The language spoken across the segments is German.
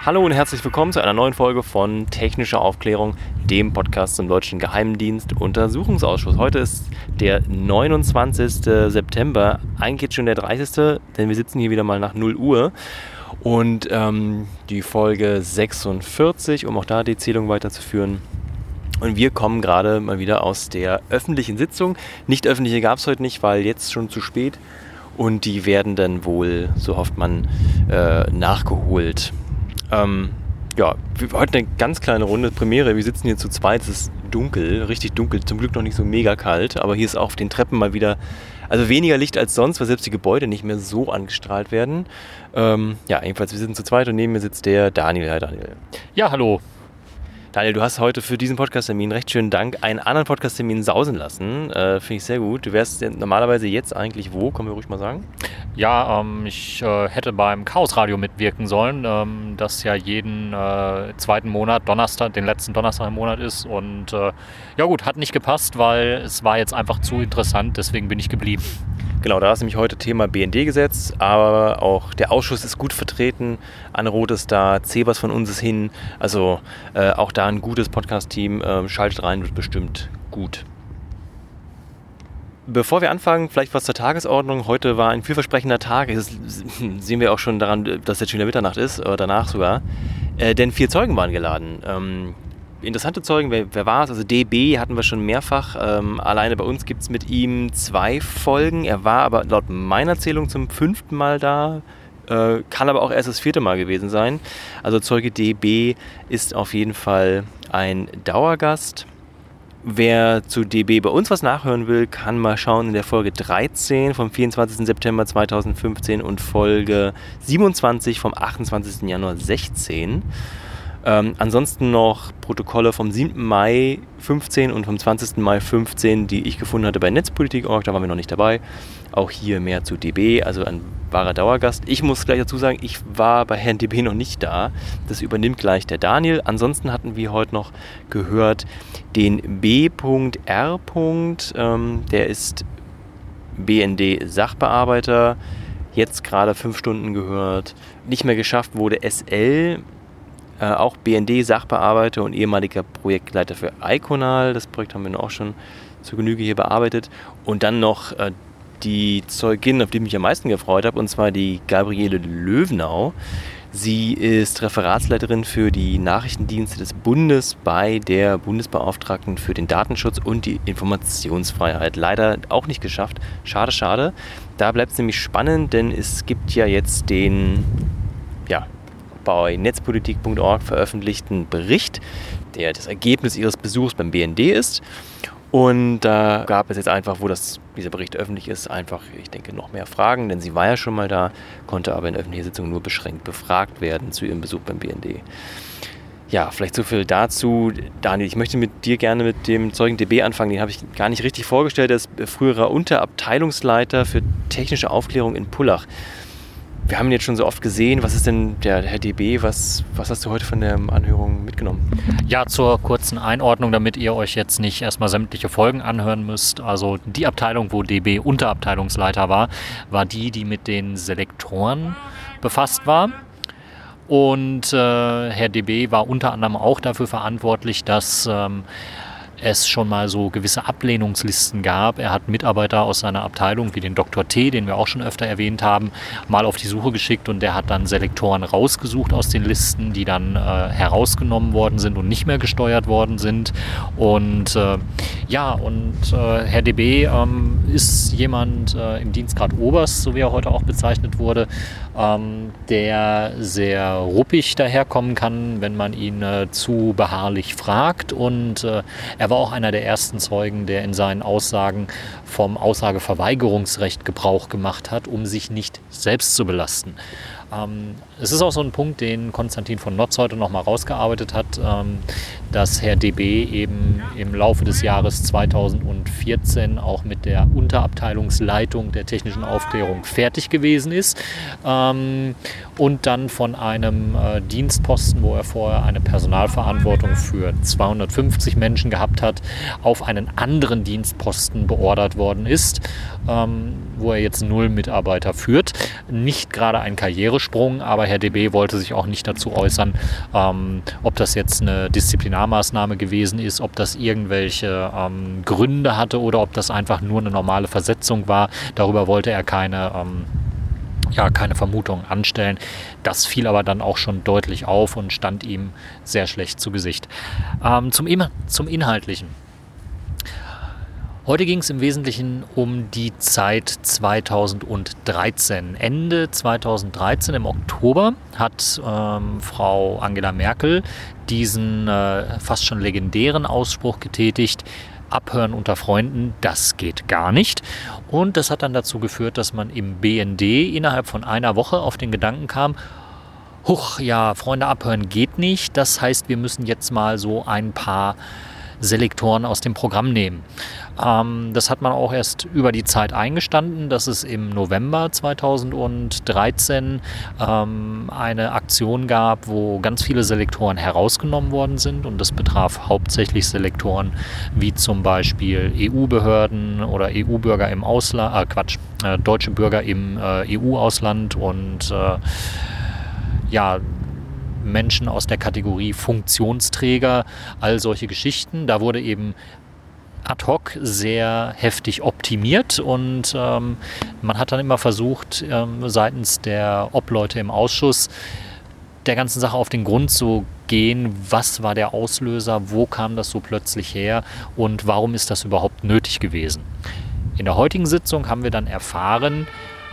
Hallo und herzlich willkommen zu einer neuen Folge von Technische Aufklärung, dem Podcast zum Deutschen Geheimdienst-Untersuchungsausschuss. Heute ist der 29. September, eigentlich jetzt schon der 30., denn wir sitzen hier wieder mal nach 0 Uhr. Und die Folge 46, um auch da die Zählung weiterzuführen. Und wir kommen gerade mal wieder aus der öffentlichen Sitzung. Nicht öffentliche gab es heute nicht, weil jetzt schon zu spät. Und die werden dann wohl, so hofft man, nachgeholt. Heute eine ganz kleine Runde Premiere. Wir sitzen hier zu zweit, es ist dunkel, richtig dunkel, zum Glück noch nicht so mega kalt, aber hier ist auch auf den Treppen mal wieder, also weniger Licht als sonst, weil selbst die Gebäude nicht mehr so angestrahlt werden. Jedenfalls, wir sitzen zu zweit und neben mir sitzt der Daniel. Hi Daniel. Ja, hallo. Daniel, du hast heute für diesen Podcast-Termin, recht schönen Dank, einen anderen Podcast-Termin sausen lassen. Finde ich sehr gut. Du wärst normalerweise jetzt eigentlich wo? Können wir ruhig mal sagen? Ja, ich hätte beim Chaosradio mitwirken sollen, das ja jeden zweiten Monat, Donnerstag, den letzten Donnerstag im Monat ist. Und hat nicht gepasst, weil es war jetzt einfach zu interessant, deswegen bin ich geblieben. Genau, da ist nämlich heute Thema BND-Gesetz, aber auch der Ausschuss ist gut vertreten. Anne Roth ist da, Zebers von uns ist hin. Also auch da ein gutes Podcast-Team. Schaltet rein, wird bestimmt gut. Bevor wir anfangen, vielleicht was zur Tagesordnung. Heute war ein vielversprechender Tag. Das sehen wir auch schon daran, dass jetzt schon wieder Mitternacht ist, oder danach sogar. Denn 4 Zeugen waren geladen. Interessante Zeugen, wer war es? Also DB hatten wir schon mehrfach. Alleine bei uns gibt es mit ihm 2 Folgen. Er war aber laut meiner Zählung zum 5. Mal da. Kann aber auch erst das 4. Mal gewesen sein. Also Zeuge DB ist auf jeden Fall ein Dauergast. Wer zu DB bei uns was nachhören will, kann mal schauen in der Folge 13 vom 24. September 2015 und Folge 27 vom 28. Januar 16. Ansonsten noch Protokolle vom 7. Mai 15 und vom 20. Mai 15, die ich gefunden hatte bei Netzpolitik.org, da waren wir noch nicht dabei. Auch hier mehr zu DB, also ein wahrer Dauergast. Ich muss gleich dazu sagen, ich war bei Herrn DB noch nicht da. Das übernimmt gleich der Daniel. Ansonsten hatten wir heute noch gehört den B.R. Der ist BND-Sachbearbeiter. Jetzt gerade 5 Stunden gehört. Nicht mehr geschafft wurde SL. Auch BND-Sachbearbeiter und ehemaliger Projektleiter für Iconal. Das Projekt haben wir auch schon zur Genüge hier bearbeitet. Und dann noch die Zeugin, auf die ich mich am meisten gefreut habe, und zwar die Gabriele Löwenau. Sie ist Referatsleiterin für die Nachrichtendienste des Bundes bei der Bundesbeauftragten für den Datenschutz und die Informationsfreiheit. Leider auch nicht geschafft. Schade, schade. Da bleibt es nämlich spannend, denn es gibt ja jetzt den, bei netzpolitik.org veröffentlichten Bericht, der das Ergebnis ihres Besuchs beim BND ist. Und da gab es jetzt einfach, wo dieser Bericht öffentlich ist, ich denke, noch mehr Fragen, denn sie war ja schon mal da, konnte aber in öffentlicher Sitzung nur beschränkt befragt werden zu ihrem Besuch beim BND. Ja, vielleicht so viel dazu. Daniel, ich möchte mit dir gerne mit dem Zeugen DB anfangen. Den habe ich gar nicht richtig vorgestellt. Er ist früherer Unterabteilungsleiter für technische Aufklärung in Pullach. Wir haben ihn jetzt schon so oft gesehen. Was ist denn der Herr DB? Was hast du heute von der Anhörung mitgenommen? Ja, zur kurzen Einordnung, damit ihr euch jetzt nicht erstmal sämtliche Folgen anhören müsst. Also die Abteilung, wo DB Unterabteilungsleiter war die mit den Selektoren befasst war. Und Herr DB war unter anderem auch dafür verantwortlich, dass es schon mal so gewisse Ablehnungslisten gab. Er hat Mitarbeiter aus seiner Abteilung, wie den Dr. T., den wir auch schon öfter erwähnt haben, mal auf die Suche geschickt und der hat dann Selektoren rausgesucht aus den Listen, die dann herausgenommen worden sind und nicht mehr gesteuert worden sind. Und Herr DB ist jemand im Dienstgrad Oberst, so wie er heute auch bezeichnet wurde, der sehr ruppig daherkommen kann, wenn man ihn zu beharrlich fragt. Und er war auch einer der ersten Zeugen, der in seinen Aussagen vom Aussageverweigerungsrecht Gebrauch gemacht hat, um sich nicht selbst zu belasten. Es ist auch so ein Punkt, den Konstantin von Notz heute nochmal rausgearbeitet hat, dass Herr DB eben im Laufe des Jahres 2014 auch mit der Unterabteilungsleitung der technischen Aufklärung fertig gewesen ist und dann von einem Dienstposten, wo er vorher eine Personalverantwortung für 250 Menschen gehabt gehabt hat, auf einen anderen Dienstposten beordert worden ist, wo er jetzt 0 Mitarbeiter führt. Nicht gerade ein Karrieresprung, aber Herr DB wollte sich auch nicht dazu äußern, ob das jetzt eine Disziplinarmaßnahme gewesen ist, ob das irgendwelche Gründe hatte oder ob das einfach nur eine normale Versetzung war. Darüber wollte er keine Vermutungen anstellen. Das fiel aber dann auch schon deutlich auf und stand ihm sehr schlecht zu Gesicht. Zum Inhaltlichen. Heute ging es im Wesentlichen um die Zeit 2013. Ende 2013 im Oktober hat Frau Angela Merkel diesen fast schon legendären Ausspruch getätigt: Abhören unter Freunden, das geht gar nicht. Und das hat dann dazu geführt, dass man im BND innerhalb von einer Woche auf den Gedanken kam, huch, ja, Freunde abhören geht nicht. Das heißt, wir müssen jetzt mal so ein paar Selektoren aus dem Programm nehmen. Das hat man auch erst über die Zeit eingestanden, dass es im November 2013 eine Aktion gab, wo ganz viele Selektoren herausgenommen worden sind, und das betraf hauptsächlich Selektoren wie zum Beispiel EU-Behörden oder EU-Bürger im Ausland, deutsche Bürger im EU-Ausland und Menschen aus der Kategorie Funktionsträger, all solche Geschichten. Da wurde eben ad hoc sehr heftig optimiert und man hat dann immer versucht, seitens der Obleute im Ausschuss der ganzen Sache auf den Grund zu gehen. Was war der Auslöser? Wo kam das so plötzlich her? Und warum ist das überhaupt nötig gewesen? In der heutigen Sitzung haben wir dann erfahren,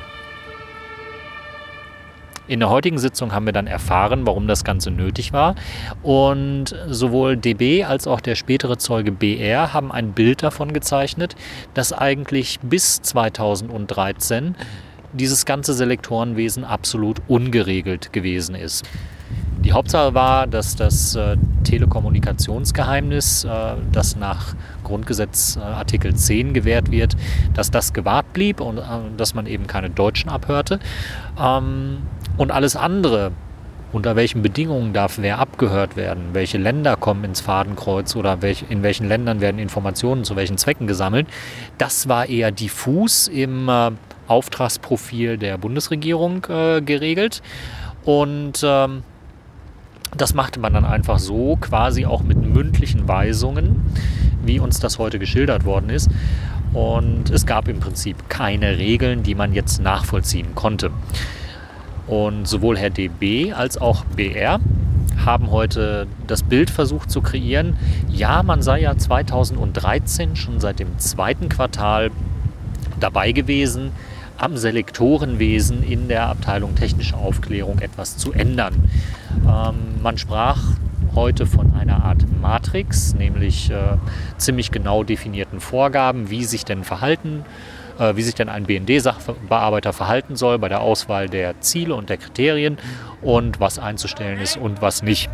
warum das Ganze nötig war. Und sowohl DB als auch der spätere Zeuge BR haben ein Bild davon gezeichnet, dass eigentlich bis 2013 dieses ganze Selektorenwesen absolut ungeregelt gewesen ist. Die Hauptsache war, dass das Telekommunikationsgeheimnis, das nach Grundgesetz Artikel 10 gewährt wird, dass das gewahrt blieb und dass man eben keine Deutschen abhörte. Und alles andere, unter welchen Bedingungen darf wer abgehört werden, welche Länder kommen ins Fadenkreuz oder in welchen Ländern werden Informationen zu welchen Zwecken gesammelt, das war eher diffus im Auftragsprofil der Bundesregierung geregelt. Und das machte man dann einfach so, quasi auch mit mündlichen Weisungen, wie uns das heute geschildert worden ist. Und es gab im Prinzip keine Regeln, die man jetzt nachvollziehen konnte. Und sowohl Herr DB als auch BR haben heute das Bild versucht zu kreieren. Ja, man sei ja 2013 schon seit dem 2. Quartal dabei gewesen, am Selektorenwesen in der Abteilung technische Aufklärung etwas zu ändern. Man sprach heute von einer Art Matrix, nämlich ziemlich genau definierten Vorgaben, wie sich denn ein BND-Sachbearbeiter verhalten soll bei der Auswahl der Ziele und der Kriterien und was einzustellen ist und was nicht.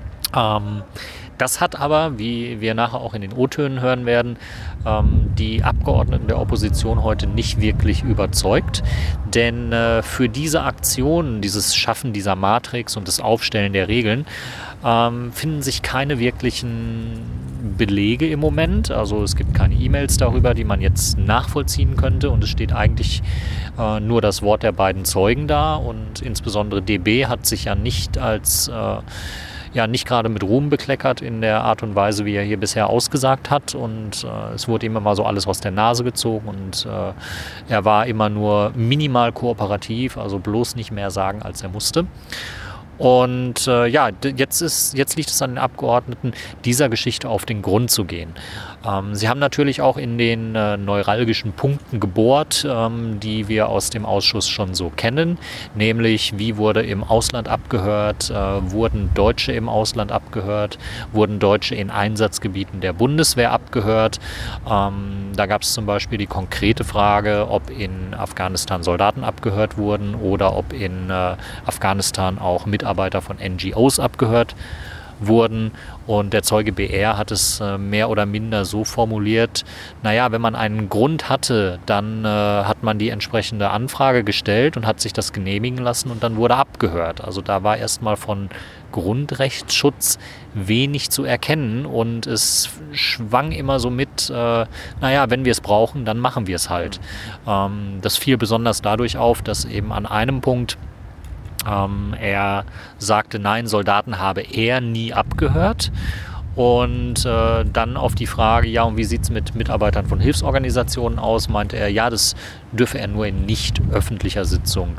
Das hat aber, wie wir nachher auch in den O-Tönen hören werden, die Abgeordneten der Opposition heute nicht wirklich überzeugt. Denn für diese Aktion, dieses Schaffen dieser Matrix und das Aufstellen der Regeln, finden sich keine wirklichen Belege im Moment. Also es gibt keine E-Mails darüber, die man jetzt nachvollziehen könnte. Und es steht eigentlich nur das Wort der beiden Zeugen da. Und insbesondere DB hat sich ja nicht nicht gerade mit Ruhm bekleckert in der Art und Weise, wie er hier bisher ausgesagt hat. Und es wurde ihm immer so alles aus der Nase gezogen und er war immer nur minimal kooperativ, also bloß nicht mehr sagen, als er musste. Und jetzt liegt es an den Abgeordneten, dieser Geschichte auf den Grund zu gehen. Sie haben natürlich auch in den neuralgischen Punkten gebohrt, die wir aus dem Ausschuss schon so kennen, nämlich wie wurde im Ausland abgehört, wurden Deutsche im Ausland abgehört, wurden Deutsche in Einsatzgebieten der Bundeswehr abgehört. Da gab es zum Beispiel die konkrete Frage, ob in Afghanistan Soldaten abgehört wurden oder ob in Afghanistan auch Mitarbeiter von NGOs abgehört wurden. Und der Zeuge BR hat es mehr oder minder so formuliert, naja, wenn man einen Grund hatte, dann hat man die entsprechende Anfrage gestellt und hat sich das genehmigen lassen und dann wurde abgehört. Also da war erstmal von Grundrechtsschutz wenig zu erkennen und es schwang immer so mit, naja, wenn wir es brauchen, dann machen wir es halt. Das fiel besonders dadurch auf, dass eben an einem Punkt er sagte, nein, Soldaten habe er nie abgehört. Und dann auf die Frage, ja, und wie sieht es mit Mitarbeitern von Hilfsorganisationen aus, meinte er, ja, das dürfe er nur in nicht öffentlicher Sitzung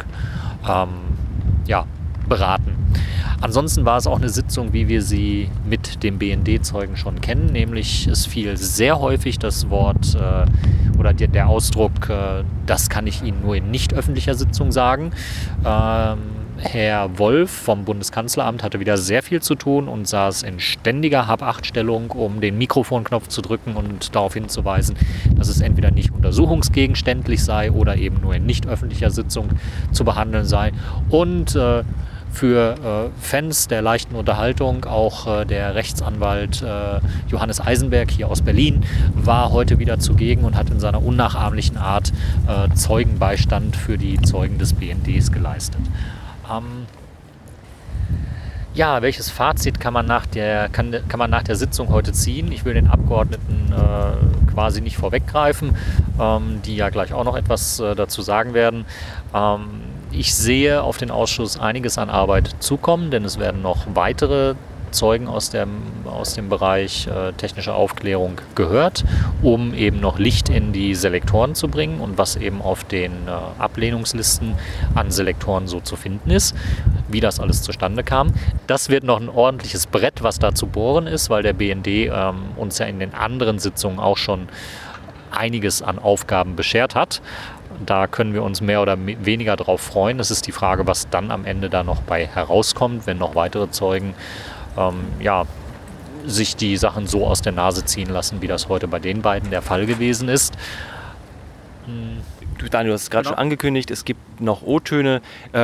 beraten. Ansonsten war es auch eine Sitzung, wie wir sie mit dem BND-Zeugen schon kennen, nämlich es fiel sehr häufig das Wort oder der Ausdruck, das kann ich Ihnen nur in nicht öffentlicher Sitzung sagen. Herr Wolf vom Bundeskanzleramt hatte wieder sehr viel zu tun und saß in ständiger Hab-Acht-Stellung, um den Mikrofonknopf zu drücken und darauf hinzuweisen, dass es entweder nicht untersuchungsgegenständlich sei oder eben nur in nicht öffentlicher Sitzung zu behandeln sei. Und für Fans der leichten Unterhaltung, auch der Rechtsanwalt Johannes Eisenberg hier aus Berlin war heute wieder zugegen und hat in seiner unnachahmlichen Art Zeugenbeistand für die Zeugen des BNDs geleistet. Ja, welches Fazit kann man nach der Sitzung heute ziehen? Ich will den Abgeordneten quasi nicht vorweggreifen, die ja gleich auch noch etwas dazu sagen werden. Ich sehe auf den Ausschuss einiges an Arbeit zukommen, denn es werden noch weitere Zeugen aus dem Bereich technische Aufklärung gehört, um eben noch Licht in die Selektoren zu bringen und was eben auf den Ablehnungslisten an Selektoren so zu finden ist, wie das alles zustande kam. Das wird noch ein ordentliches Brett, was da zu bohren ist, weil der BND uns ja in den anderen Sitzungen auch schon einiges an Aufgaben beschert hat. Da können wir uns mehr oder weniger drauf freuen. Es ist die Frage, was dann am Ende da noch bei herauskommt, wenn noch weitere Zeugen sich die Sachen so aus der Nase ziehen lassen, wie das heute bei den beiden der Fall gewesen ist. Daniel, du hast es gerade schon angekündigt, es gibt noch O-Töne.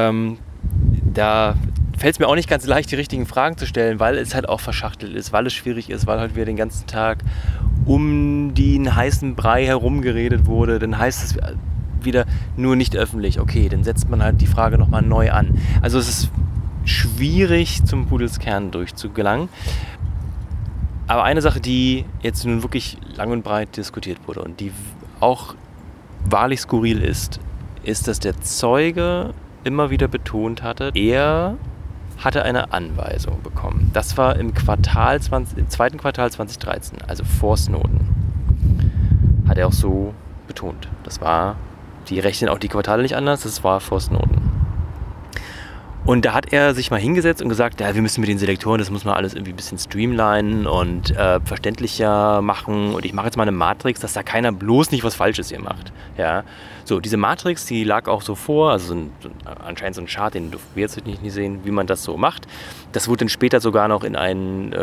Da fällt es mir auch nicht ganz leicht, die richtigen Fragen zu stellen, weil es halt auch verschachtelt ist, weil es schwierig ist, weil halt wieder den ganzen Tag um den heißen Brei herumgeredet wurde. Dann heißt es wieder nur nicht öffentlich. Okay, dann setzt man halt die Frage nochmal neu an. Also es ist schwierig, zum Pudelskern durchzugelangen. Aber eine Sache, die jetzt nun wirklich lang und breit diskutiert wurde und die auch wahrlich skurril ist, dass der Zeuge immer wieder betont hatte, er hatte eine Anweisung bekommen. Das war im zweiten Quartal 2013, also vor Snowden. Hat er auch so betont. Das war, die rechnen auch die Quartale nicht anders, das war vor Snowden. Und da hat er sich mal hingesetzt und gesagt, ja, wir müssen mit den Selektoren, das muss man alles irgendwie ein bisschen streamlinen und verständlicher machen. Und ich mache jetzt mal eine Matrix, dass da keiner bloß nicht was Falsches hier macht. Ja. So, diese Matrix, die lag auch so vor, also anscheinend so ein Chart, den wir jetzt nicht sehen, wie man das so macht. Das wurde dann später sogar noch in ein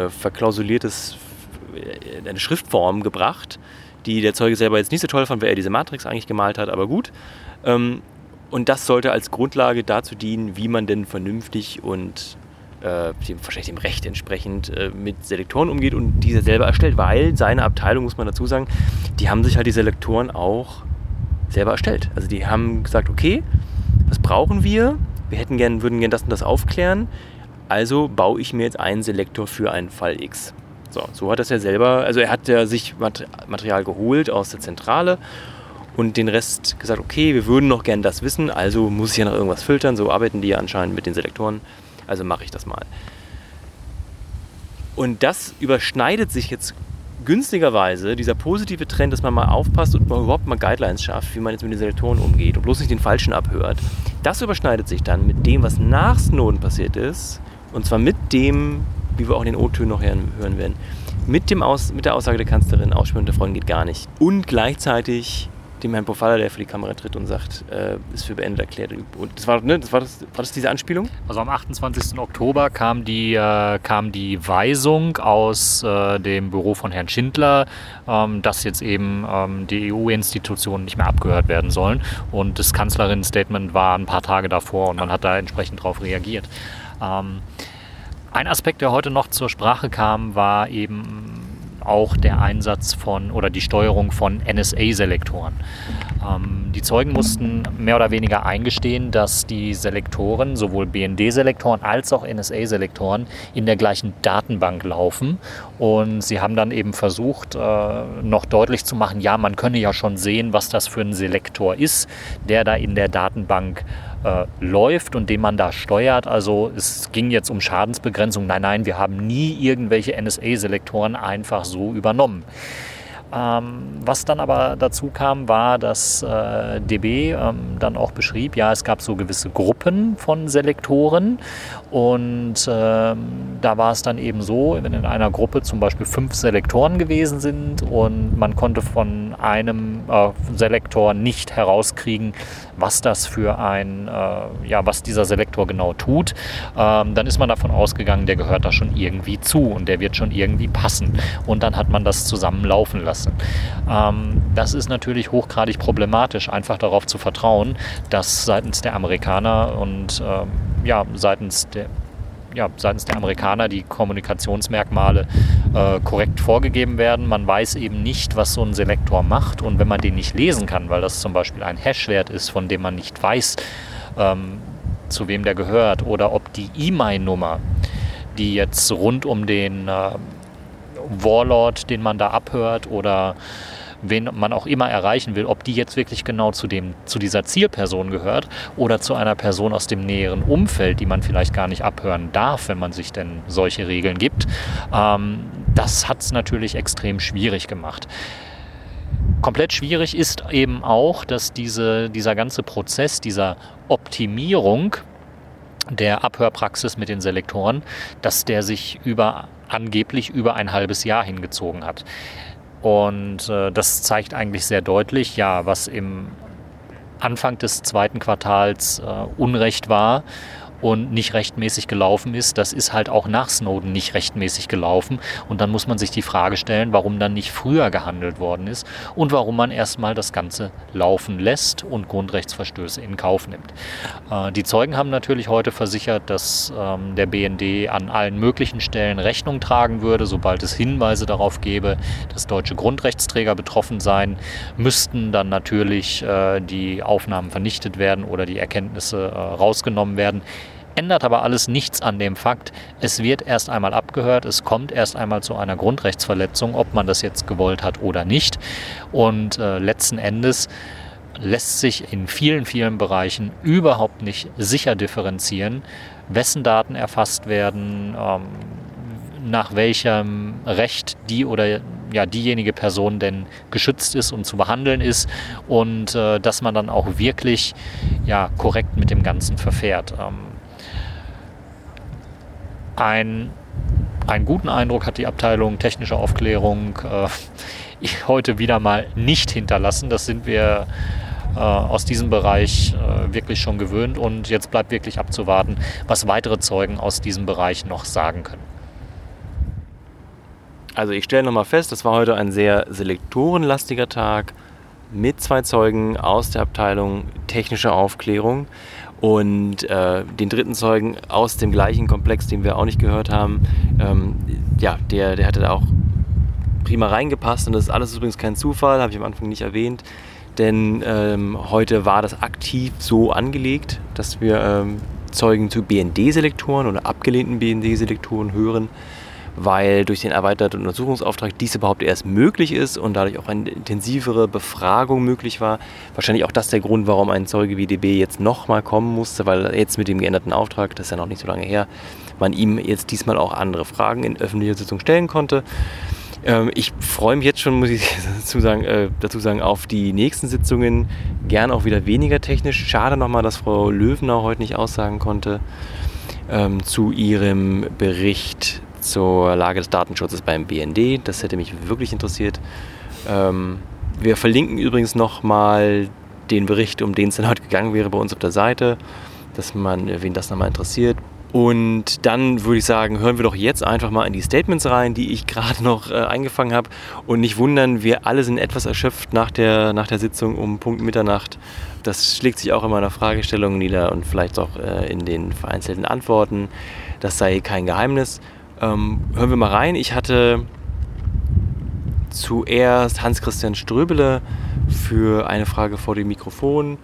eine Schriftform gebracht, die der Zeuge selber jetzt nicht so toll fand, weil er diese Matrix eigentlich gemalt hat, aber gut. Und das sollte als Grundlage dazu dienen, wie man denn vernünftig und wahrscheinlich dem Recht entsprechend mit Selektoren umgeht und diese selber erstellt, weil seine Abteilung, muss man dazu sagen, die haben sich halt die Selektoren auch selber erstellt. Also die haben gesagt, okay, was brauchen wir? Wir würden gerne das und das aufklären, also baue ich mir jetzt einen Selektor für einen Fall X. So hat das ja selber, also er hat ja sich Material geholt aus der Zentrale und den Rest gesagt, okay, wir würden noch gern das wissen, also muss ich ja noch irgendwas filtern, so arbeiten die ja anscheinend mit den Selektoren, also mache ich das mal. Und das überschneidet sich jetzt günstigerweise, dieser positive Trend, dass man mal aufpasst und überhaupt mal Guidelines schafft, wie man jetzt mit den Selektoren umgeht und bloß nicht den falschen abhört. Das überschneidet sich dann mit dem, was nach Snowden passiert ist, und zwar mit dem, wie wir auch in den O-Tönen noch hören werden, mit der Aussage der Kanzlerin, Ausspähen unter Freunden geht gar nicht. Und gleichzeitig dem Herrn Pofalla, der für die Kamera tritt und sagt, ist für beendet erklärt. Und war das diese Anspielung? Also am 28. Oktober kam die Weisung aus dem Büro von Herrn Schindler, dass jetzt eben die EU-Institutionen nicht mehr abgehört werden sollen. Und das Kanzlerin-Statement war ein paar Tage davor und man hat da entsprechend darauf reagiert. Ein Aspekt, der heute noch zur Sprache kam, war eben auch der Einsatz oder die Steuerung von NSA-Selektoren. Die Zeugen mussten mehr oder weniger eingestehen, dass die Selektoren, sowohl BND-Selektoren als auch NSA-Selektoren, in der gleichen Datenbank laufen. Und sie haben dann eben versucht, noch deutlich zu machen, ja, man könne ja schon sehen, was das für ein Selektor ist, der da in der Datenbank läuft und den man da steuert. Also es ging jetzt um Schadensbegrenzung. Nein, wir haben nie irgendwelche NSA-Selektoren einfach so übernommen. Was dann aber dazu kam, war, dass DB dann auch beschrieb, ja, es gab so gewisse Gruppen von Selektoren und da war es dann eben so, wenn in einer Gruppe zum Beispiel 5 Selektoren gewesen sind und man konnte von einem Selektor nicht herauskriegen, was das für was dieser Selektor genau tut, dann ist man davon ausgegangen, der gehört da schon irgendwie zu und der wird schon irgendwie passen und dann hat man das zusammenlaufen lassen. Das ist natürlich hochgradig problematisch, einfach darauf zu vertrauen, dass seitens der Amerikaner und seitens der Amerikaner die Kommunikationsmerkmale korrekt vorgegeben werden. Man weiß eben nicht, was so ein Selektor macht und wenn man den nicht lesen kann, weil das zum Beispiel ein Hashwert ist, von dem man nicht weiß, zu wem der gehört oder ob die E-Mail-Nummer, die jetzt rund um den Warlord, den man da abhört oder wen man auch immer erreichen will, ob die jetzt wirklich genau zu dieser Zielperson gehört oder zu einer Person aus dem näheren Umfeld, die man vielleicht gar nicht abhören darf, wenn man sich denn solche Regeln gibt. Das hat es natürlich extrem schwierig gemacht. Komplett schwierig ist eben auch, dass dieser ganze Prozess dieser Optimierung der Abhörpraxis mit den Selektoren, dass der sich angeblich über ein halbes Jahr hingezogen hat. Und das zeigt eigentlich sehr deutlich, ja, was im Anfang des 2. Quartals Unrecht war und nicht rechtmäßig gelaufen ist, das ist halt auch nach Snowden nicht rechtmäßig gelaufen. Und dann muss man sich die Frage stellen, warum dann nicht früher gehandelt worden ist und warum man erstmal das Ganze laufen lässt und Grundrechtsverstöße in Kauf nimmt. Die Zeugen haben natürlich heute versichert, dass der BND an allen möglichen Stellen Rechnung tragen würde, sobald es Hinweise darauf gäbe, dass deutsche Grundrechtsträger betroffen seien, müssten dann natürlich die Aufnahmen vernichtet werden oder die Erkenntnisse rausgenommen werden. Ändert aber alles nichts an dem Fakt, es wird erst einmal abgehört, es kommt erst einmal zu einer Grundrechtsverletzung, ob man das jetzt gewollt hat oder nicht. Und letzten Endes lässt sich in vielen, vielen Bereichen überhaupt nicht sicher differenzieren, wessen Daten erfasst werden, nach welchem Recht diejenige Person denn geschützt ist und zu behandeln ist und dass man dann auch wirklich korrekt mit dem Ganzen verfährt. Einen guten Eindruck hat die Abteilung technische Aufklärung heute wieder mal nicht hinterlassen. Das sind wir aus diesem Bereich wirklich schon gewöhnt und jetzt bleibt wirklich abzuwarten, was weitere Zeugen aus diesem Bereich noch sagen können. Also ich stelle nochmal fest, das war heute ein sehr selektorenlastiger Tag mit 2 Zeugen aus der Abteilung technische Aufklärung. Und den 3. Zeugen aus dem gleichen Komplex, den wir auch nicht gehört haben, der hatte da auch prima reingepasst. Und das ist alles übrigens kein Zufall, habe ich am Anfang nicht erwähnt. Denn heute war das aktiv so angelegt, dass wir Zeugen zu BND-Selektoren oder abgelehnten BND-Selektoren hören, weil durch den erweiterten Untersuchungsauftrag dies überhaupt erst möglich ist und dadurch auch eine intensivere Befragung möglich war. Wahrscheinlich auch das der Grund, warum ein Zeuge wie DB jetzt nochmal kommen musste, weil jetzt mit dem geänderten Auftrag, das ist ja noch nicht so lange her, man ihm jetzt diesmal auch andere Fragen in öffentlicher Sitzung stellen konnte. Ich freue mich jetzt schon, muss ich dazu sagen, auf die nächsten Sitzungen, gern auch wieder weniger technisch. Schade nochmal, dass Frau Löwenau heute nicht aussagen konnte zu ihrem Bericht zur Lage des Datenschutzes beim BND. Das hätte mich wirklich interessiert. Wir verlinken übrigens nochmal den Bericht, um den es dann heute gegangen wäre, bei uns auf der Seite, dass wen das nochmal interessiert. Und dann würde ich sagen, hören wir doch jetzt einfach mal in die Statements rein, die ich gerade noch eingefangen habe. Und nicht wundern, wir alle sind etwas erschöpft nach der Sitzung um Punkt Mitternacht. Das schlägt sich auch in meiner Fragestellung nieder und vielleicht auch in den vereinzelten Antworten. Das sei kein Geheimnis. Hören wir mal rein. Ich hatte zuerst Hans-Christian Ströbele für eine Frage vor dem Mikrofon,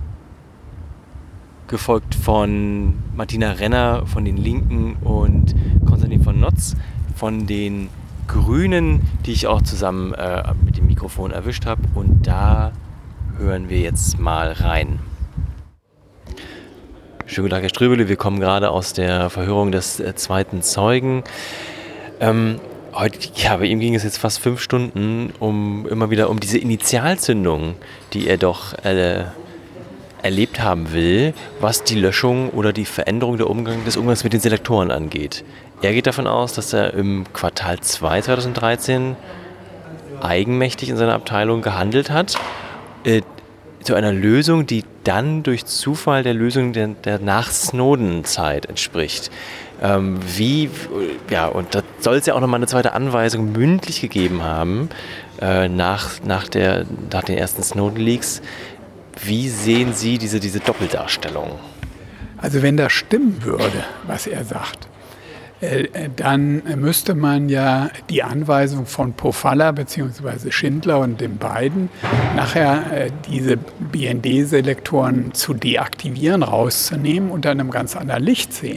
gefolgt von Martina Renner von den Linken und Konstantin von Notz von den Grünen, die ich auch zusammen mit dem Mikrofon erwischt habe. Und da hören wir jetzt mal rein. Schönen guten Tag, Herr Ströbele. Wir kommen gerade aus der Verhörung des zweiten Zeugen. Bei ihm ging es jetzt fast 5 Stunden immer wieder um diese Initialzündung, die er doch erlebt haben will, was die Löschung oder die Veränderung des Umgangs mit den Selektoren angeht. Er geht davon aus, dass er im Quartal 2 2013 eigenmächtig in seiner Abteilung gehandelt hat, zu einer Lösung, die dann durch Zufall der Lösung der Nach-Snowden-Zeit entspricht. Und da soll es ja auch nochmal eine zweite Anweisung mündlich gegeben haben, nach den ersten Snowden-Leaks. Wie sehen Sie diese Doppeldarstellung? Also wenn das stimmen würde, was er sagt, dann müsste man ja die Anweisung von Pofalla bzw. Schindler und den beiden nachher diese BND-Selektoren zu deaktivieren, rauszunehmen und dann im ganz anderen Licht sehen.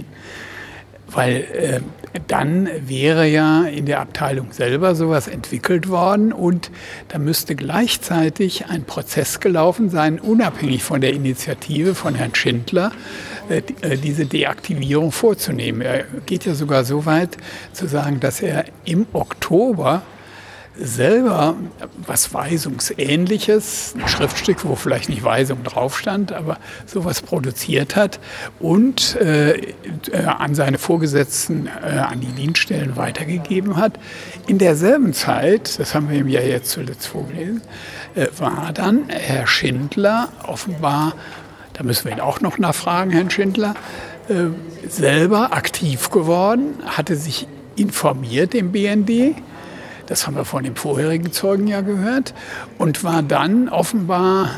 Weil dann wäre ja in der Abteilung selber sowas entwickelt worden und da müsste gleichzeitig ein Prozess gelaufen sein, unabhängig von der Initiative von Herrn Schindler, diese Deaktivierung vorzunehmen. Er geht ja sogar so weit zu sagen, dass er im Oktober selber was Weisungsähnliches, ein Schriftstück, wo vielleicht nicht Weisung drauf stand, aber sowas produziert hat und an seine Vorgesetzten, an die Dienststellen weitergegeben hat. In derselben Zeit, das haben wir ihm ja jetzt zuletzt vorgelesen, war dann Herr Schindler offenbar, da müssen wir ihn auch noch nachfragen, Herrn Schindler, selber aktiv geworden, hatte sich informiert im BND. Das haben wir von dem vorherigen Zeugen ja gehört. Und war dann offenbar,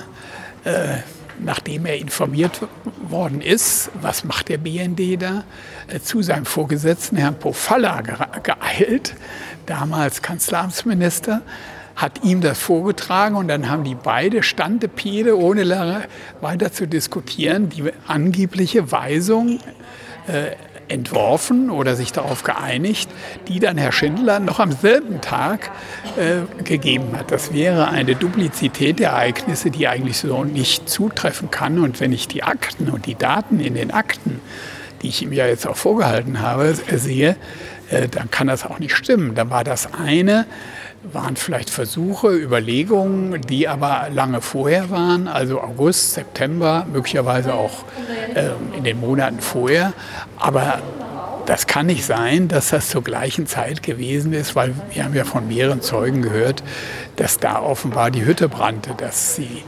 nachdem er informiert worden ist, was macht der BND da, zu seinem Vorgesetzten, Herrn Pofalla, geeilt, damals Kanzleramtsminister, hat ihm das vorgetragen und dann haben die beide Standepede, ohne lange weiter zu diskutieren, die angebliche Weisung entworfen oder sich darauf geeinigt, die dann Herr Schindler noch am selben Tag gegeben hat. Das wäre eine Duplizität der Ereignisse, die eigentlich so nicht zutreffen kann. Und wenn ich die Akten und die Daten in den Akten, die ich ihm ja jetzt auch vorgehalten habe, sehe, dann kann das auch nicht stimmen. Dann war das eine, waren vielleicht Versuche, Überlegungen, die aber lange vorher waren, also August, September, möglicherweise auch in den Monaten vorher. Aber das kann nicht sein, dass das zur gleichen Zeit gewesen ist, weil wir haben ja von mehreren Zeugen gehört, dass da offenbar die Hütte brannte, dass sie,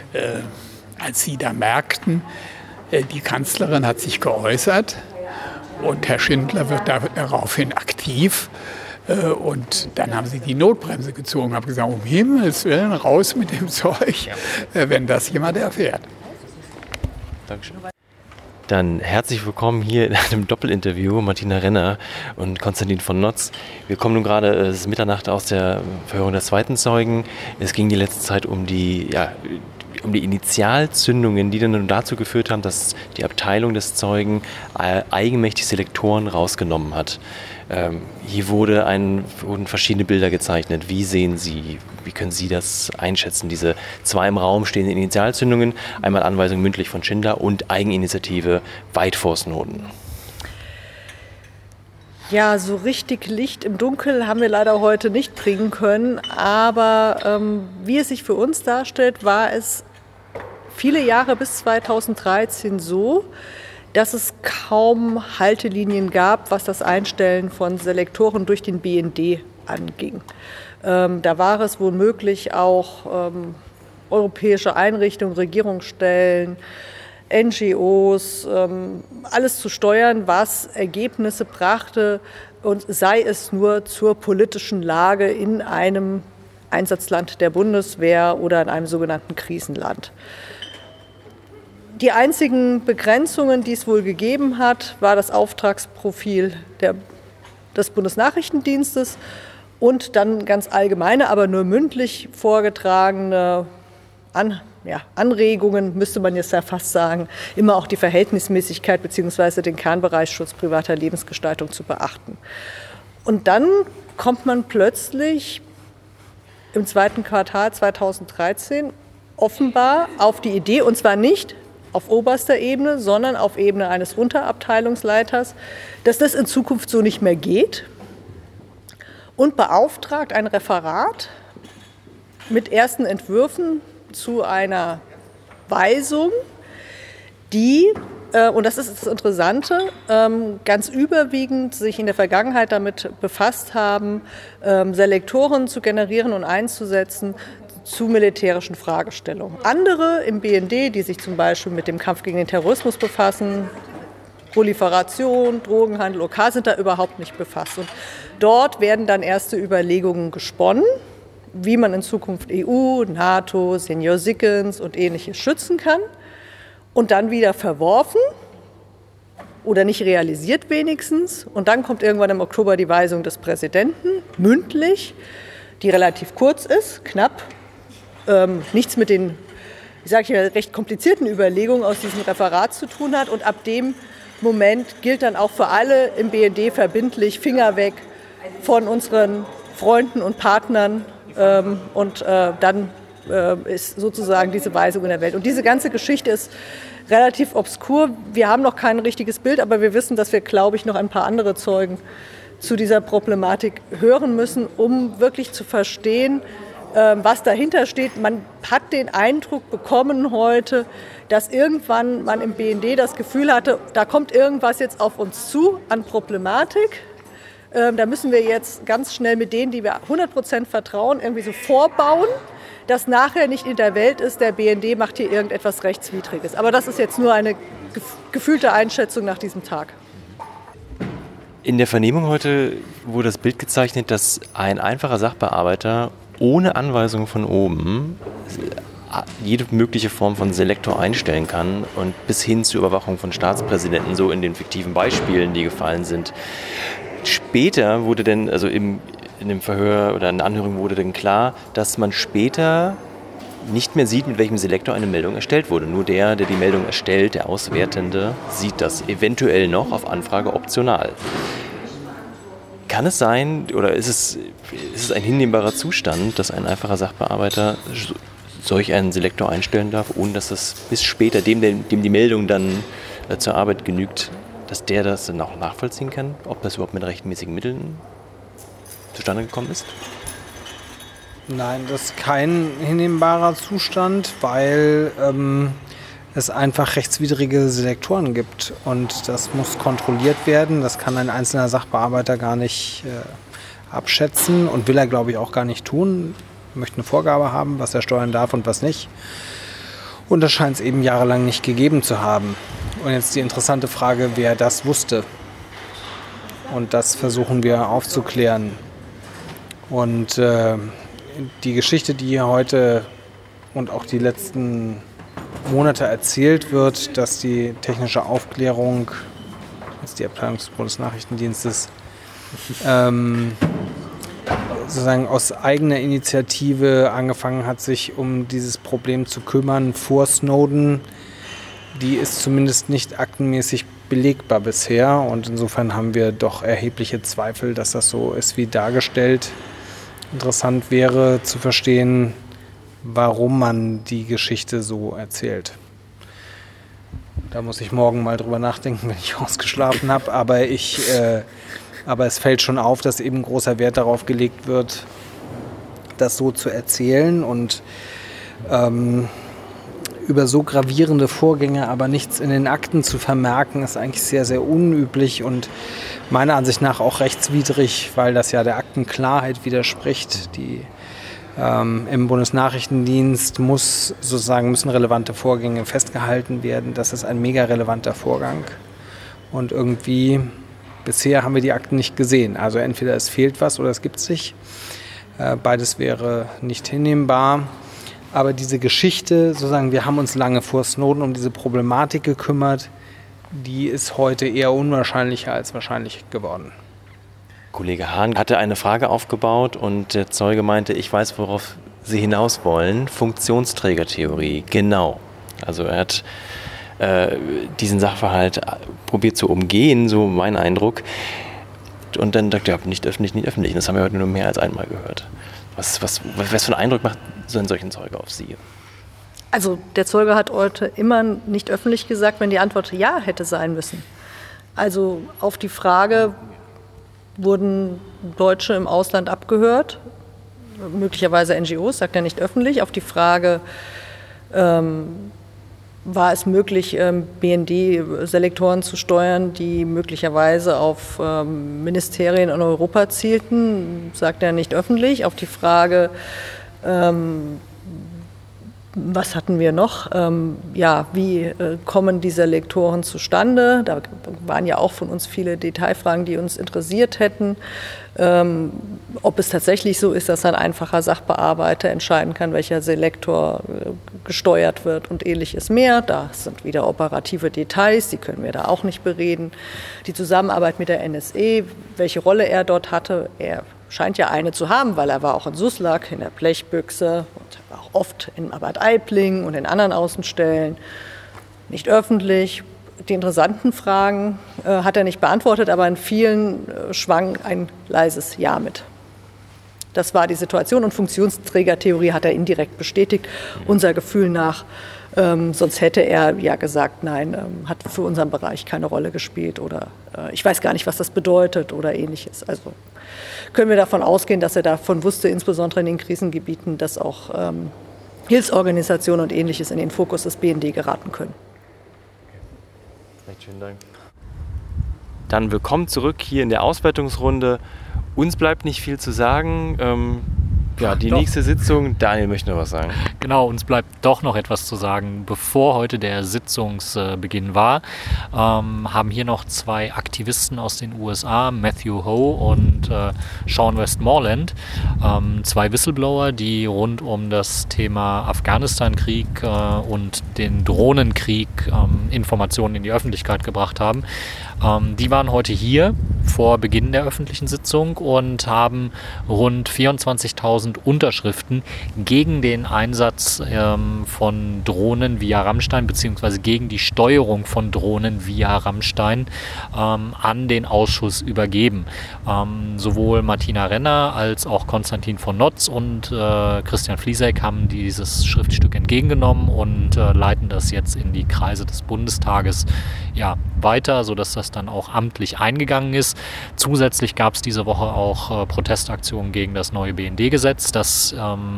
als sie da merkten, die Kanzlerin hat sich geäußert und Herr Schindler wird daraufhin aktiv. Und dann haben sie die Notbremse gezogen, haben gesagt, um Himmels Willen, raus mit dem Zeug, wenn das jemand erfährt. Dankeschön. Dann herzlich willkommen hier in einem Doppelinterview, Martina Renner und Konstantin von Notz. Wir kommen nun gerade, es ist Mitternacht, aus der Verhörung der zweiten Zeugen. Es ging die letzte Zeit um die Initialzündungen, die dann dazu geführt haben, dass die Abteilung des Zeugen eigenmächtig Selektoren rausgenommen hat. Hier wurden verschiedene Bilder gezeichnet. Wie sehen Sie, wie können Sie das einschätzen, diese zwei im Raum stehenden Initialzündungen, einmal Anweisung mündlich von Schindler und Eigeninitiative weit vor Snowden? Ja, so richtig Licht im Dunkeln haben wir leider heute nicht bringen können, aber wie es sich für uns darstellt, war es viele Jahre bis 2013 so, dass es kaum Haltelinien gab, was das Einstellen von Selektoren durch den BND anging. Da war es wohl möglich, auch europäische Einrichtungen, Regierungsstellen, NGOs, alles zu steuern, was Ergebnisse brachte und sei es nur zur politischen Lage in einem Einsatzland der Bundeswehr oder in einem sogenannten Krisenland. Die einzigen Begrenzungen, die es wohl gegeben hat, war das Auftragsprofil des Bundesnachrichtendienstes und dann ganz allgemeine, aber nur mündlich vorgetragene Anregungen, müsste man jetzt ja fast sagen, immer auch die Verhältnismäßigkeit bzw. den Kernbereichsschutz privater Lebensgestaltung zu beachten. Und dann kommt man plötzlich im zweiten Quartal 2013 offenbar auf die Idee, und zwar nicht auf oberster Ebene, sondern auf Ebene eines Unterabteilungsleiters, dass das in Zukunft so nicht mehr geht und beauftragt ein Referat mit ersten Entwürfen zu einer Weisung, die, und das ist das Interessante, ganz überwiegend sich in der Vergangenheit damit befasst haben, Selektoren zu generieren und einzusetzen zu militärischen Fragestellungen. Andere im BND, die sich zum Beispiel mit dem Kampf gegen den Terrorismus befassen, Proliferation, Drogenhandel, OK, sind da überhaupt nicht befasst. Und dort werden dann erste Überlegungen gesponnen, wie man in Zukunft EU, NATO, Senior Sickens und Ähnliches schützen kann und dann wieder verworfen oder nicht realisiert wenigstens. Und dann kommt irgendwann im Oktober die Weisung des Präsidenten, mündlich, die relativ kurz ist, knapp, nichts mit den, recht komplizierten Überlegungen aus diesem Referat zu tun hat. Und ab dem Moment gilt dann auch für alle im BND verbindlich, Finger weg von unseren Freunden und Partnern. Dann ist sozusagen diese Weisung in der Welt. Und diese ganze Geschichte ist relativ obskur. Wir haben noch kein richtiges Bild, aber wir wissen, dass wir, glaube ich, noch ein paar andere Zeugen zu dieser Problematik hören müssen, um wirklich zu verstehen, was dahinter steht. Man hat den Eindruck bekommen heute, dass irgendwann man im BND das Gefühl hatte, da kommt irgendwas jetzt auf uns zu an Problematik. Da müssen wir jetzt ganz schnell mit denen, die wir 100% vertrauen, irgendwie so vorbauen, dass nachher nicht in der Welt ist, der BND macht hier irgendetwas Rechtswidriges. Aber das ist jetzt nur eine gefühlte Einschätzung nach diesem Tag. In der Vernehmung heute wurde das Bild gezeichnet, dass ein einfacher Sachbearbeiter ohne Anweisung von oben jede mögliche Form von Selektor einstellen kann und bis hin zur Überwachung von Staatspräsidenten, so in den fiktiven Beispielen, die gefallen sind. Später wurde dann, also in dem Verhör oder in der Anhörung wurde dann klar, dass man später nicht mehr sieht, mit welchem Selektor eine Meldung erstellt wurde. Nur der die Meldung erstellt, der Auswertende, sieht das eventuell noch auf Anfrage optional. Kann es sein, oder ist es ein hinnehmbarer Zustand, dass ein einfacher Sachbearbeiter solch einen Selektor einstellen darf, ohne dass das bis später, dem die Meldung dann zur Arbeit genügt, dass der das dann auch nachvollziehen kann, ob das überhaupt mit rechtmäßigen Mitteln zustande gekommen ist? Nein, das ist kein hinnehmbarer Zustand, weil es einfach rechtswidrige Selektoren gibt und das muss kontrolliert werden. Das kann ein einzelner Sachbearbeiter gar nicht abschätzen und will er, glaube ich, auch gar nicht tun. Er möchte eine Vorgabe haben, was er steuern darf und was nicht. Und das scheint es eben jahrelang nicht gegeben zu haben. Und jetzt die interessante Frage, wer das wusste. Und das versuchen wir aufzuklären. Und die Geschichte, die hier heute und auch die letzten Monate erzählt wird, dass die technische Aufklärung, jetzt die Abteilung des Bundesnachrichtendienstes, sozusagen aus eigener Initiative angefangen hat, sich um dieses Problem zu kümmern vor Snowden, die ist zumindest nicht aktenmäßig belegbar bisher. Und insofern haben wir doch erhebliche Zweifel, dass das so ist wie dargestellt. Interessant wäre zu verstehen, warum man die Geschichte so erzählt. Da muss ich morgen mal drüber nachdenken, wenn ich ausgeschlafen habe. Aber es fällt schon auf, dass eben großer Wert darauf gelegt wird, das so zu erzählen und über so gravierende Vorgänge aber nichts in den Akten zu vermerken, ist eigentlich sehr, sehr unüblich und meiner Ansicht nach auch rechtswidrig, weil das ja der Aktenklarheit widerspricht. Die Im Bundesnachrichtendienst müssen relevante Vorgänge festgehalten werden. Das ist ein mega relevanter Vorgang. Und irgendwie, bisher haben wir die Akten nicht gesehen. Also entweder es fehlt was oder es gibt es nicht. Beides wäre nicht hinnehmbar. Aber diese Geschichte, wir haben uns lange vor Snowden um diese Problematik gekümmert, die ist heute eher unwahrscheinlicher als wahrscheinlich geworden. Kollege Hahn hatte eine Frage aufgebaut und der Zeuge meinte, ich weiß, worauf Sie hinaus wollen. Funktionsträgertheorie, genau. Also er hat diesen Sachverhalt probiert zu umgehen, so mein Eindruck. Und dann dachte ich, nicht öffentlich, nicht öffentlich. Das haben wir heute nur mehr als einmal gehört. Was für einen Eindruck macht so ein solchen Zeuge auf Sie? Also der Zeuge hat heute immer nicht öffentlich gesagt, wenn die Antwort ja hätte sein müssen. Also auf die Frage, wurden Deutsche im Ausland abgehört, möglicherweise NGOs, sagt er nicht öffentlich. Auf die Frage, war es möglich, BND-Selektoren zu steuern, die möglicherweise auf Ministerien in Europa zielten, sagt er nicht öffentlich. Auf die Frage, was hatten wir noch? Wie kommen die Selektoren zustande? Da waren ja auch von uns viele Detailfragen, die uns interessiert hätten. Ob es tatsächlich so ist, dass ein einfacher Sachbearbeiter entscheiden kann, welcher Selektor gesteuert wird und ähnliches mehr. Das sind wieder operative Details, die können wir da auch nicht bereden. Die Zusammenarbeit mit der NSA, welche Rolle er dort hatte, er scheint ja eine zu haben, weil er war auch in Suslak, in der Blechbüchse und war auch oft in Bad Aibling und in anderen Außenstellen, nicht öffentlich. Die interessanten Fragen hat er nicht beantwortet, aber in vielen schwang ein leises Ja mit. Das war die Situation und Funktionsträgertheorie hat er indirekt bestätigt, unser Gefühl nach. Sonst hätte er ja gesagt, nein, hat für unseren Bereich keine Rolle gespielt oder ich weiß gar nicht, was das bedeutet oder ähnliches. Also können wir davon ausgehen, dass er davon wusste, insbesondere in den Krisengebieten, dass auch Hilfsorganisationen und Ähnliches in den Fokus des BND geraten können. Recht schönen Dank. Dann willkommen zurück hier in der Auswertungsrunde. Uns bleibt nicht viel zu sagen. Die nächste Sitzung, Daniel möchte noch was sagen. Genau, uns bleibt doch noch etwas zu sagen. Bevor heute der Sitzungsbeginn war, haben hier noch zwei Aktivisten aus den USA, Matthew Ho und Sean Westmoreland, zwei Whistleblower, die rund um das Thema Afghanistan-Krieg und den Drohnenkrieg Informationen in die Öffentlichkeit gebracht haben. Die waren heute hier vor Beginn der öffentlichen Sitzung und haben rund 24.000 Unterschriften gegen den Einsatz von Drohnen via Rammstein bzw. gegen die Steuerung von Drohnen via Rammstein an den Ausschuss übergeben. Sowohl Martina Renner als auch Konstantin von Notz und Christian Flieseck haben dieses Schriftstück entgegengenommen und leiten das jetzt in die Kreise des Bundestages weiter, sodass das dann auch amtlich eingegangen ist. Zusätzlich gab es diese Woche auch Protestaktionen gegen das neue BND-Gesetz, das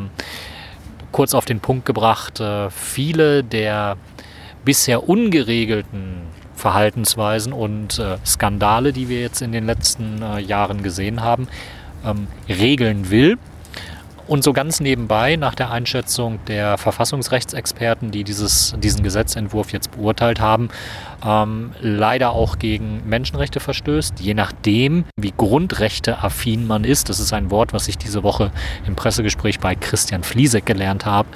kurz auf den Punkt gebracht, viele der bisher ungeregelten Verhaltensweisen und Skandale, die wir jetzt in den letzten Jahren gesehen haben, regeln will. Und so ganz nebenbei, nach der Einschätzung der Verfassungsrechtsexperten, die diesen Gesetzentwurf jetzt beurteilt haben, leider auch gegen Menschenrechte verstößt, je nachdem, wie grundrechteaffin man ist. Das ist ein Wort, was ich diese Woche im Pressegespräch bei Christian Flieseck gelernt habe.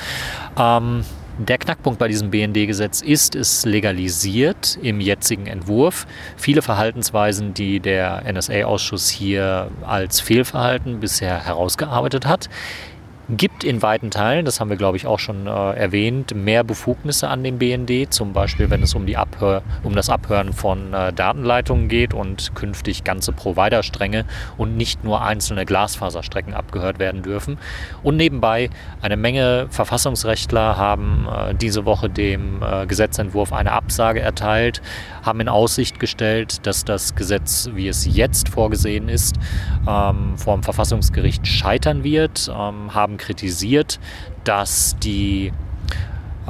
Der Knackpunkt bei diesem BND-Gesetz ist, es legalisiert im jetzigen Entwurf viele Verhaltensweisen, die der NSA-Ausschuss hier als Fehlverhalten bisher herausgearbeitet hat. Gibt in weiten Teilen, das haben wir glaube ich auch schon erwähnt, mehr Befugnisse an den BND, zum Beispiel wenn es um das Abhören von Datenleitungen geht und künftig ganze Providerstränge und nicht nur einzelne Glasfaserstrecken abgehört werden dürfen. Und nebenbei eine Menge Verfassungsrechtler haben diese Woche dem Gesetzentwurf eine Absage erteilt, haben in Aussicht gestellt, dass das Gesetz, wie es jetzt vorgesehen ist, vor dem Verfassungsgericht scheitern wird, haben kritisiert, dass die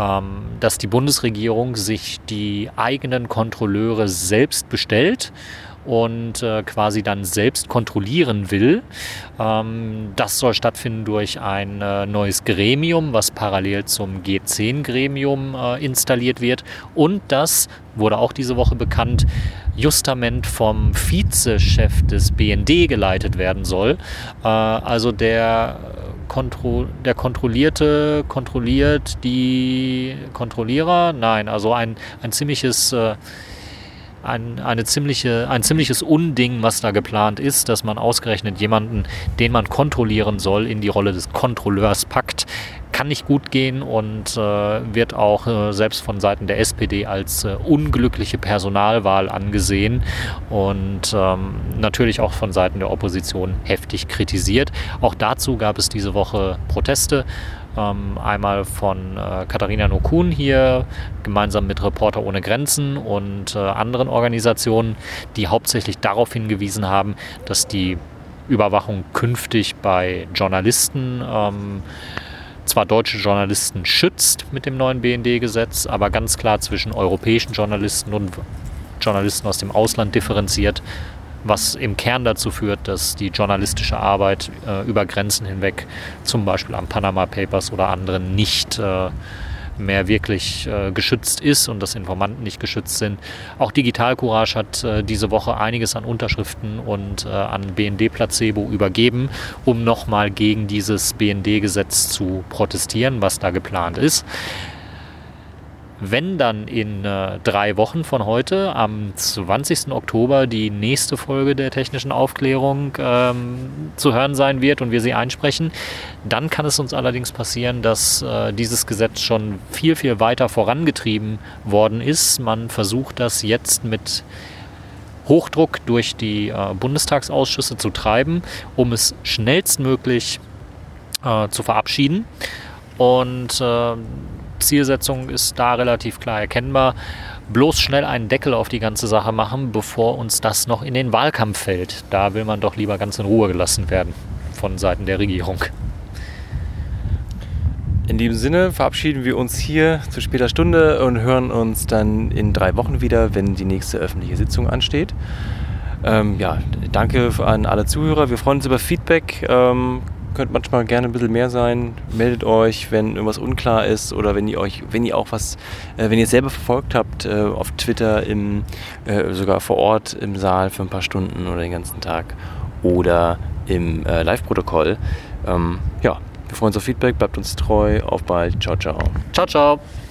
Bundesregierung sich die eigenen Kontrolleure selbst bestellt und quasi dann selbst kontrollieren will. Das soll stattfinden durch ein neues Gremium, was parallel zum G10-Gremium installiert wird. Und das wurde auch diese Woche bekannt, justament vom Vizechef des BND geleitet werden soll. Also der Kontrollierte kontrolliert die Kontrollierer? Nein, also ein ziemliches Unding, was da geplant ist, dass man ausgerechnet jemanden, den man kontrollieren soll, in die Rolle des Kontrolleurs packt. Kann nicht gut gehen und wird auch selbst von Seiten der SPD als unglückliche Personalwahl angesehen und natürlich auch von Seiten der Opposition heftig kritisiert. Auch dazu gab es diese Woche Proteste. Einmal von Katharina Nokun hier, gemeinsam mit Reporter ohne Grenzen und anderen Organisationen, die hauptsächlich darauf hingewiesen haben, dass die Überwachung künftig bei Journalisten zwar deutsche Journalisten schützt mit dem neuen BND-Gesetz, aber ganz klar zwischen europäischen Journalisten und Journalisten aus dem Ausland differenziert, was im Kern dazu führt, dass die journalistische Arbeit über Grenzen hinweg, zum Beispiel am Panama Papers oder anderen, nicht mehr wirklich geschützt ist und dass Informanten nicht geschützt sind. Auch Digital Courage hat diese Woche einiges an Unterschriften und an BND-Placebo übergeben, um nochmal gegen dieses BND-Gesetz zu protestieren, was da geplant ist. Wenn dann in 3 Wochen von heute, am 20. Oktober, die nächste Folge der technischen Aufklärung zu hören sein wird und wir sie einsprechen, dann kann es uns allerdings passieren, dass dieses Gesetz schon viel, viel weiter vorangetrieben worden ist. Man versucht das jetzt mit Hochdruck durch die Bundestagsausschüsse zu treiben, um es schnellstmöglich zu verabschieden. Und Zielsetzung ist da relativ klar erkennbar. Bloß schnell einen Deckel auf die ganze Sache machen, bevor uns das noch in den Wahlkampf fällt. Da will man doch lieber ganz in Ruhe gelassen werden von Seiten der Regierung. In diesem Sinne verabschieden wir uns hier zu später Stunde und hören uns dann in 3 Wochen wieder, wenn die nächste öffentliche Sitzung ansteht. Danke an alle Zuhörer. Wir freuen uns über Feedback. Könnt manchmal gerne ein bisschen mehr sein. Meldet euch, wenn irgendwas unklar ist oder wenn ihr es selber verfolgt habt auf Twitter, sogar vor Ort im Saal für ein paar Stunden oder den ganzen Tag oder im Live-Protokoll. Wir freuen uns auf Feedback, bleibt uns treu, auf bald, ciao, ciao. Ciao, ciao.